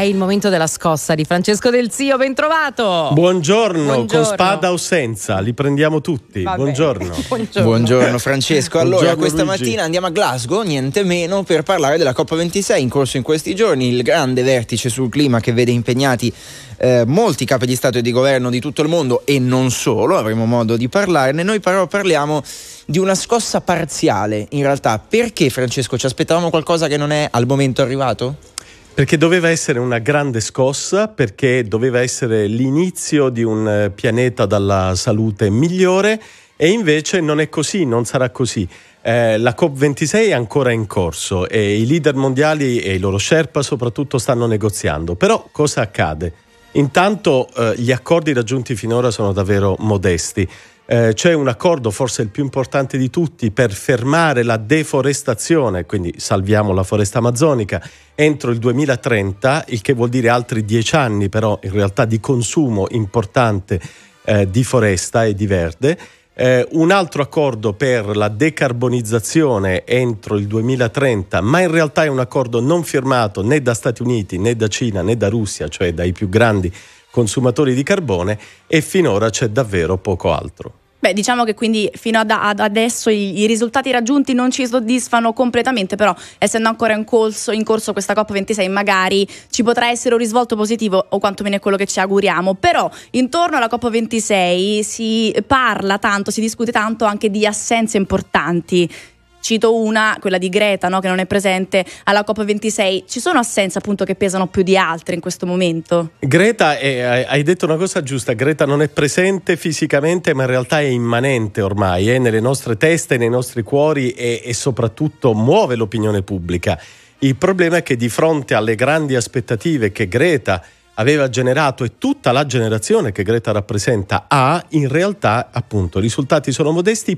il momento della scossa di Francesco Del Zio, ben trovato. Buongiorno, con spada o senza, li prendiamo tutti. Buongiorno. Buongiorno Francesco. Allora, Buongiorno, questa Luigi. mattina andiamo a Glasgow, niente meno, per parlare della COP26 in corso in questi giorni, il grande vertice sul clima che vede impegnati molti capi di Stato e di Governo di tutto il mondo e non solo, avremo modo di parlarne. Noi però parliamo di una scossa parziale, in realtà. Perché, Francesco, ci aspettavamo qualcosa che non è al momento arrivato? Perché doveva essere una grande scossa, perché doveva essere l'inizio di un pianeta dalla salute migliore, e invece non è così, non sarà così. La COP26 è ancora in corso e i leader mondiali e i loro Sherpa soprattutto stanno negoziando. Però cosa accade? Intanto gli accordi raggiunti finora sono davvero modesti. C'è un accordo, forse il più importante di tutti, per fermare la deforestazione, quindi salviamo la foresta amazzonica, entro il 2030, il che vuol dire altri 10 anni però in realtà di consumo importante di foresta e di verde. Un altro accordo per la decarbonizzazione entro il 2030, ma in realtà è un accordo non firmato né da Stati Uniti né da Cina né da Russia, cioè dai più grandi consumatori di carbone, e finora c'è davvero poco altro. Beh, diciamo che quindi fino ad adesso i risultati raggiunti non ci soddisfano completamente, però essendo ancora in corso questa COP26 magari ci potrà essere un risvolto positivo, o quantomeno è quello che ci auguriamo. Però intorno alla COP26 si parla tanto, si discute tanto anche di assenze importanti. Cito una, quella di Greta, no? Che non è presente alla COP26. Ci sono assenze appunto che pesano più di altre in questo momento? Greta, hai detto una cosa giusta, Greta non è presente fisicamente, ma in realtà è immanente ormai, è nelle nostre teste, nei nostri cuori e soprattutto muove l'opinione pubblica. Il problema è che di fronte alle grandi aspettative che Greta aveva generato e tutta la generazione che Greta rappresenta ha, in realtà appunto i risultati sono modesti.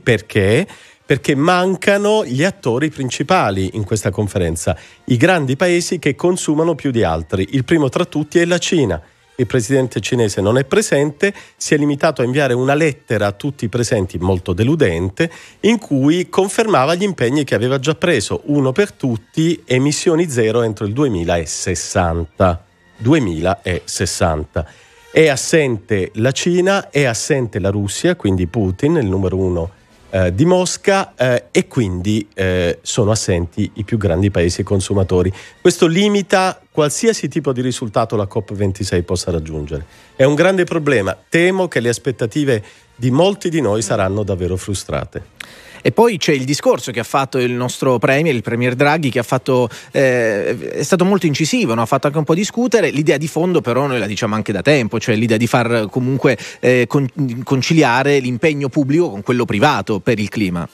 Perché mancano gli attori principali in questa conferenza, i grandi paesi che consumano più di altri. Il primo tra tutti è la Cina. Il presidente cinese non è presente, si è limitato a inviare una lettera a tutti i presenti, molto deludente, in cui confermava gli impegni che aveva già preso: uno per tutti, emissioni zero entro il 2060. 2060. È assente la Cina, è assente la Russia, quindi Putin, il numero uno di Mosca, e quindi sono assenti i più grandi paesi consumatori. Questo limita qualsiasi tipo di risultato la COP26 possa raggiungere. È un grande problema. Temo che le aspettative di molti di noi saranno davvero frustrate. E poi c'è il discorso che ha fatto il nostro premier, il premier Draghi, che ha fatto è stato molto incisivo, no? Ha fatto anche un po' discutere. L'idea di fondo però noi la diciamo anche da tempo, cioè l'idea di far comunque conciliare l'impegno pubblico con quello privato per il clima.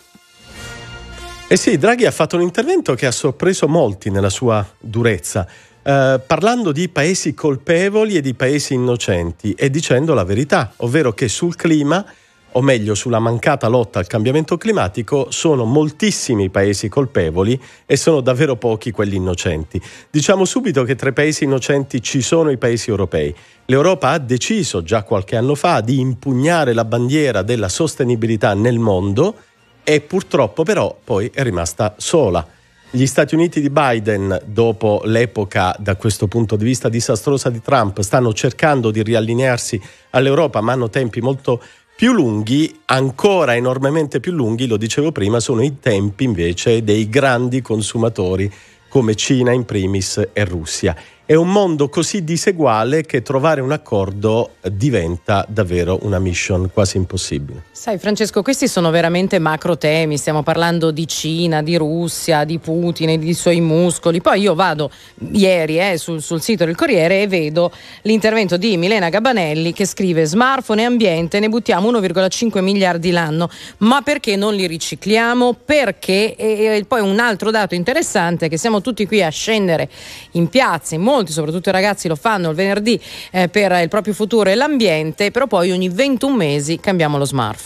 Eh sì, Draghi ha fatto un intervento che ha sorpreso molti nella sua durezza, parlando di paesi colpevoli e di paesi innocenti e dicendo la verità, ovvero che sul clima, o meglio sulla mancata lotta al cambiamento climatico, sono moltissimi i paesi colpevoli e sono davvero pochi quelli innocenti. Diciamo subito che tra i paesi innocenti ci sono i paesi europei. L'Europa ha deciso già qualche anno fa di impugnare la bandiera della sostenibilità nel mondo e purtroppo però poi è rimasta sola. Gli Stati Uniti di Biden, dopo l'epoca da questo punto di vista disastrosa di Trump, stanno cercando di riallinearsi all'Europa, ma hanno tempi molto più lunghi, ancora enormemente più lunghi, lo dicevo prima, sono i tempi invece dei grandi consumatori come Cina in primis e Russia. È un mondo così diseguale che trovare un accordo diventa davvero una mission quasi impossibile. Sai Francesco, questi sono veramente macro temi, stiamo parlando di Cina, di Russia, di Putin e dei suoi muscoli. Poi io vado ieri sul sito del Corriere e vedo l'intervento di Milena Gabanelli che scrive: smartphone e ambiente, ne buttiamo 1,5 miliardi l'anno, ma perché non li ricicliamo? Perché? E poi un altro dato interessante è che siamo tutti qui a scendere in piazza, in molti, soprattutto i ragazzi lo fanno il venerdì per il proprio futuro e l'ambiente, però poi ogni 21 mesi cambiamo lo smartphone.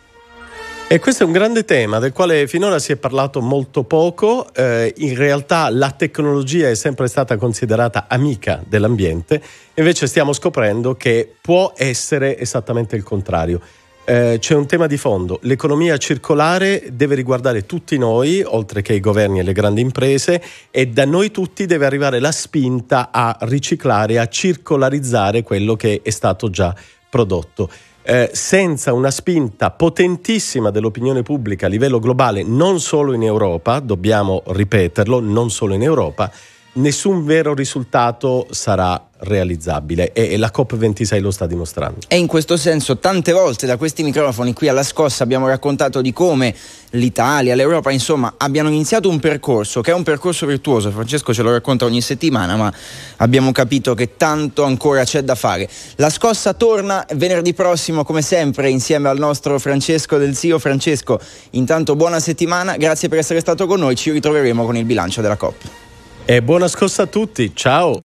E questo è un grande tema del quale finora si è parlato molto poco. In realtà la tecnologia è sempre stata considerata amica dell'ambiente, invece stiamo scoprendo che può essere esattamente il contrario. c'è un tema di fondo. L'economia circolare deve riguardare tutti noi, oltre che i governi e le grandi imprese, e da noi tutti deve arrivare la spinta a riciclare, a circolarizzare quello che è stato già prodotto. Senza una spinta potentissima dell'opinione pubblica a livello globale, non solo in Europa, dobbiamo ripeterlo, non solo in Europa, nessun vero risultato sarà realizzabile, e la COP26 lo sta dimostrando. E in questo senso tante volte da questi microfoni qui alla Scossa abbiamo raccontato di come l'Italia, l'Europa, insomma, abbiano iniziato un percorso che è un percorso virtuoso. Francesco ce lo racconta ogni settimana, ma abbiamo capito che tanto ancora c'è da fare. La Scossa torna venerdì prossimo come sempre insieme al nostro Francesco Del Zio. Francesco, intanto buona settimana, grazie per essere stato con noi, ci ritroveremo con il bilancio della COP. E buona scossa a tutti, ciao!